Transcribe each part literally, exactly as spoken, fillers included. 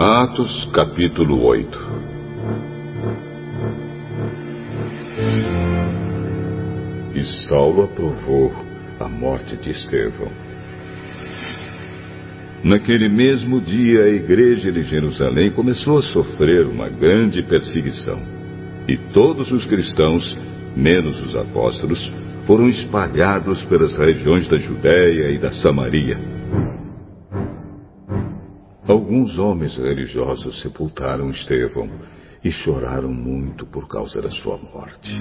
Atos, capítulo oito. E Saulo aprovou a morte de Estevão. Naquele mesmo dia, a igreja de Jerusalém começou a sofrer uma grande perseguição. E todos os cristãos, menos os apóstolos, foram espalhados pelas regiões da Judéia e da Samaria. Alguns homens religiosos sepultaram Estevão e choraram muito por causa da sua morte.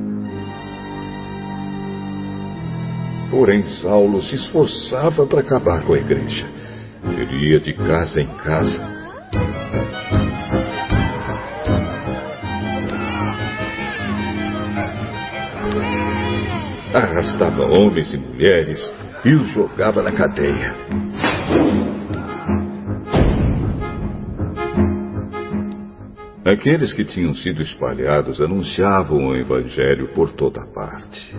Porém, Saulo se esforçava para acabar com a igreja. Ele ia de casa em casa. Arrastava homens e mulheres e os jogava na cadeia. Aqueles que tinham sido espalhados anunciavam o evangelho por toda parte.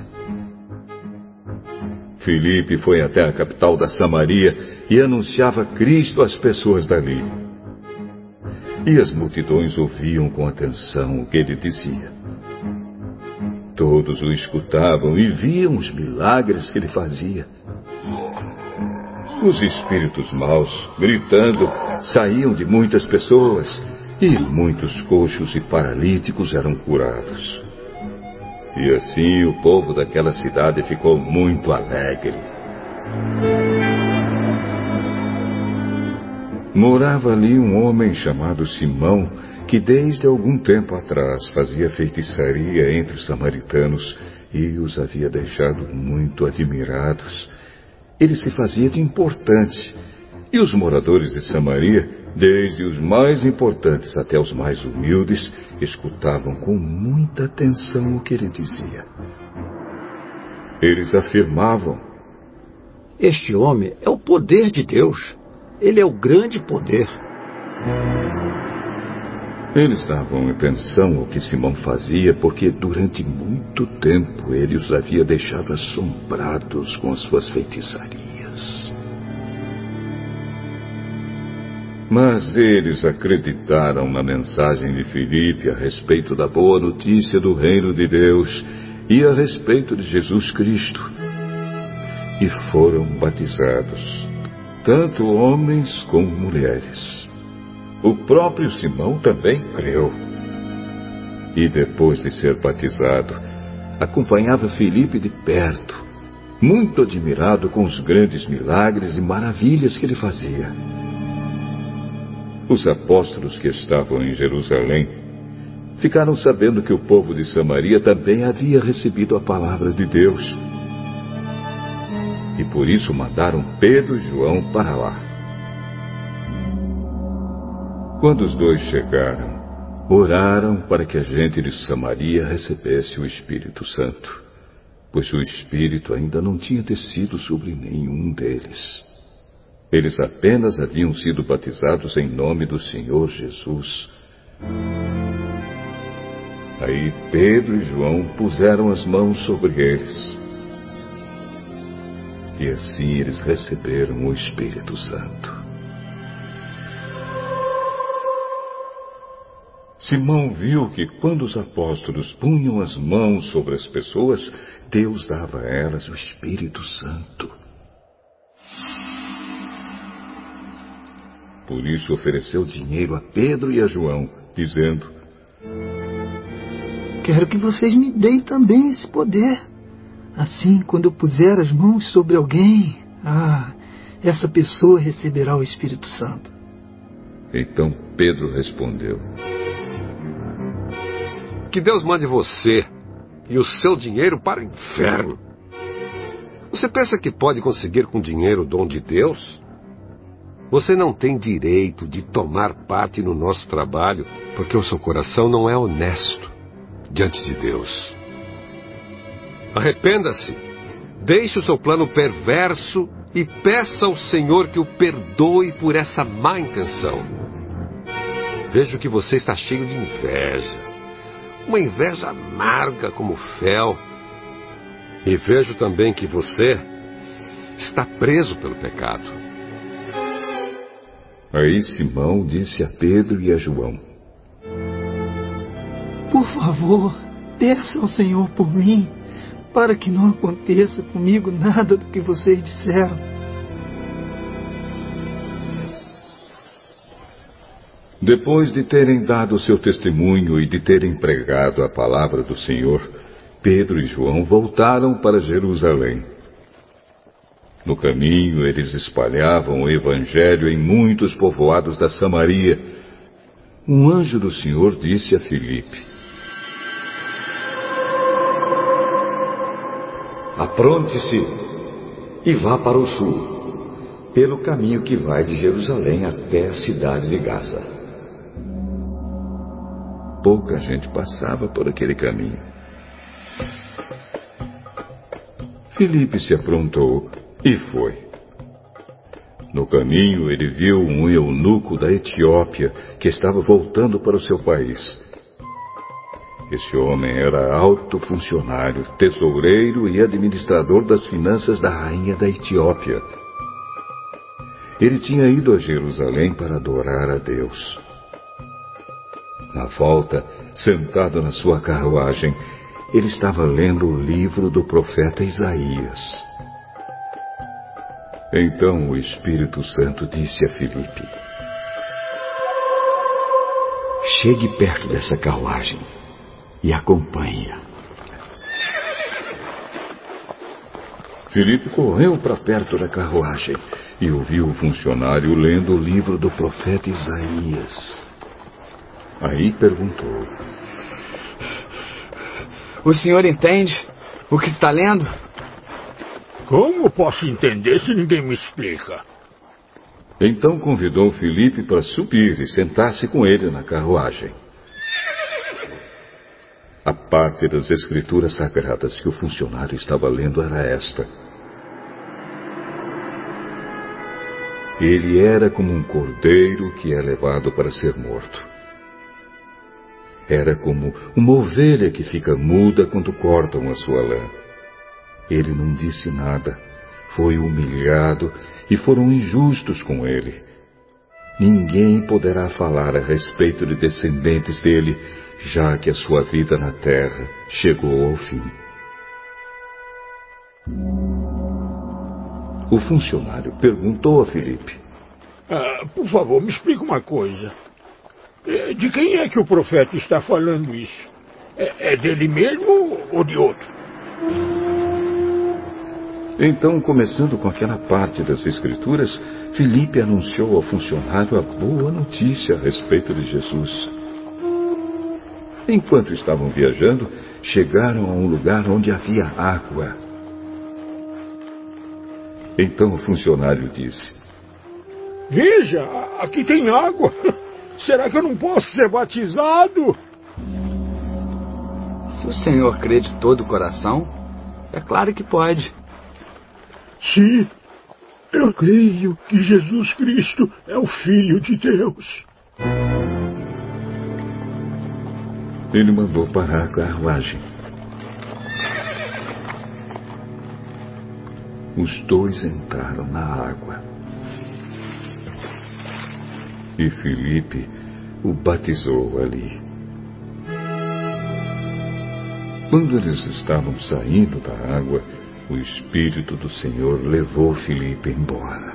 Filipe foi até a capital da Samaria e anunciava Cristo às pessoas dali. E as multidões ouviam com atenção o que ele dizia. Todos o escutavam e viam os milagres que ele fazia. Os espíritos maus, gritando, saíam de muitas pessoas e muitos coxos e paralíticos eram curados. E assim o povo daquela cidade ficou muito alegre. Morava ali um homem chamado Simão, que desde algum tempo atrás fazia feitiçaria entre os samaritanos e os havia deixado muito admirados. Ele se fazia de importante, e os moradores de Samaria, desde os mais importantes até os mais humildes, escutavam com muita atenção o que ele dizia. Eles afirmavam: este homem é o poder de Deus. Ele é o grande poder. Eles davam atenção ao que Simão fazia, porque durante muito tempo ele os havia deixado assombrados com as suas feitiçarias. Mas eles acreditaram na mensagem de Filipe a respeito da boa notícia do reino de Deus e a respeito de Jesus Cristo. E foram batizados, tanto homens como mulheres. O próprio Simão também creu. E depois de ser batizado, acompanhava Filipe de perto, muito admirado com os grandes milagres e maravilhas que ele fazia. Os apóstolos que estavam em Jerusalém ficaram sabendo que o povo de Samaria também havia recebido a palavra de Deus. E por isso mandaram Pedro e João para lá. Quando os dois chegaram, oraram para que a gente de Samaria recebesse o Espírito Santo, pois o Espírito ainda não tinha descido sobre nenhum deles. Eles apenas haviam sido batizados em nome do Senhor Jesus. Aí Pedro e João puseram as mãos sobre eles. E assim eles receberam o Espírito Santo. Simão viu que quando os apóstolos punham as mãos sobre as pessoas, Deus dava a elas o Espírito Santo. Por isso ofereceu dinheiro a Pedro e a João, dizendo: quero que vocês me deem também esse poder. Assim, quando eu puser as mãos sobre alguém, ah, essa pessoa receberá o Espírito Santo. Então Pedro respondeu: que Deus mande você e o seu dinheiro para o inferno. Você pensa que pode conseguir com dinheiro o dom de Deus? Você não tem direito de tomar parte no nosso trabalho, porque o seu coração não é honesto diante de Deus. Arrependa-se, deixe o seu plano perverso e peça ao Senhor que o perdoe por essa má intenção. Vejo que você está cheio de inveja, uma inveja amarga como fel. E vejo também que você está preso pelo pecado. Aí Simão disse a Pedro e a João: Por favor, peça ao Senhor por mim, para que não aconteça comigo nada do que vocês disseram. Depois de terem dado seu testemunho e de terem pregado a palavra do Senhor, Pedro e João voltaram para Jerusalém. No caminho, eles espalhavam o evangelho em muitos povoados da Samaria. Um anjo do Senhor disse a Filipe: Apronte-se e vá para o sul, pelo caminho que vai de Jerusalém até a cidade de Gaza. Pouca gente passava por aquele caminho. Filipe se aprontou e foi. No caminho, ele viu um eunuco da Etiópia que estava voltando para o seu país. Esse homem era alto funcionário, tesoureiro e administrador das finanças da rainha da Etiópia. Ele tinha ido a Jerusalém para adorar a Deus. Na volta, sentado na sua carruagem, ele estava lendo o livro do profeta Isaías. Então o Espírito Santo disse a Filipe: Chegue perto dessa carruagem e acompanhe-a. Filipe correu para perto da carruagem e ouviu o funcionário lendo o livro do profeta Isaías. Aí perguntou: O senhor entende o que está lendo? Como posso entender se ninguém me explica? Então convidou Filipe para subir e sentar-se com ele na carruagem. A parte das Escrituras Sagradas que o funcionário estava lendo era esta: Ele era como um cordeiro que é levado para ser morto. Era como uma ovelha que fica muda quando cortam a sua lã. Ele não disse nada, foi humilhado e foram injustos com ele. Ninguém poderá falar a respeito de descendentes dele, já que a sua vida na terra chegou ao fim. O funcionário perguntou a Filipe: ah, Por favor, me explica uma coisa. De quem é que o profeta está falando isso? É, é dele mesmo ou de outro? Então, começando com aquela parte das Escrituras, Filipe anunciou ao funcionário a boa notícia a respeito de Jesus. Enquanto estavam viajando, chegaram a um lugar onde havia água. Então o funcionário disse: Veja, aqui tem água. Será que eu não posso ser batizado? Se o senhor crê de todo o coração, é claro que pode. Sim, eu creio que Jesus Cristo é o Filho de Deus. Ele mandou parar a carruagem. Os dois entraram na água. E Filipe o batizou ali. Quando eles estavam saindo da água, o Espírito do Senhor levou Filipe embora.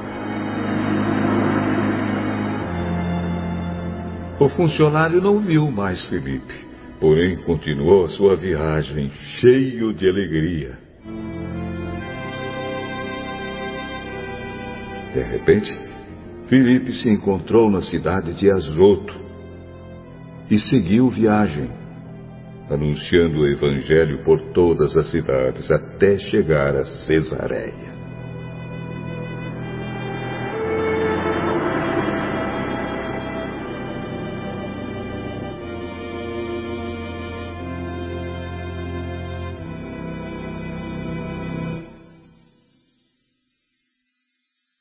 O funcionário não viu mais Filipe, porém continuou a sua viagem cheio de alegria. De repente, Filipe se encontrou na cidade de Azoto e seguiu viagem, anunciando o Evangelho por todas as cidades até chegar a Cesareia.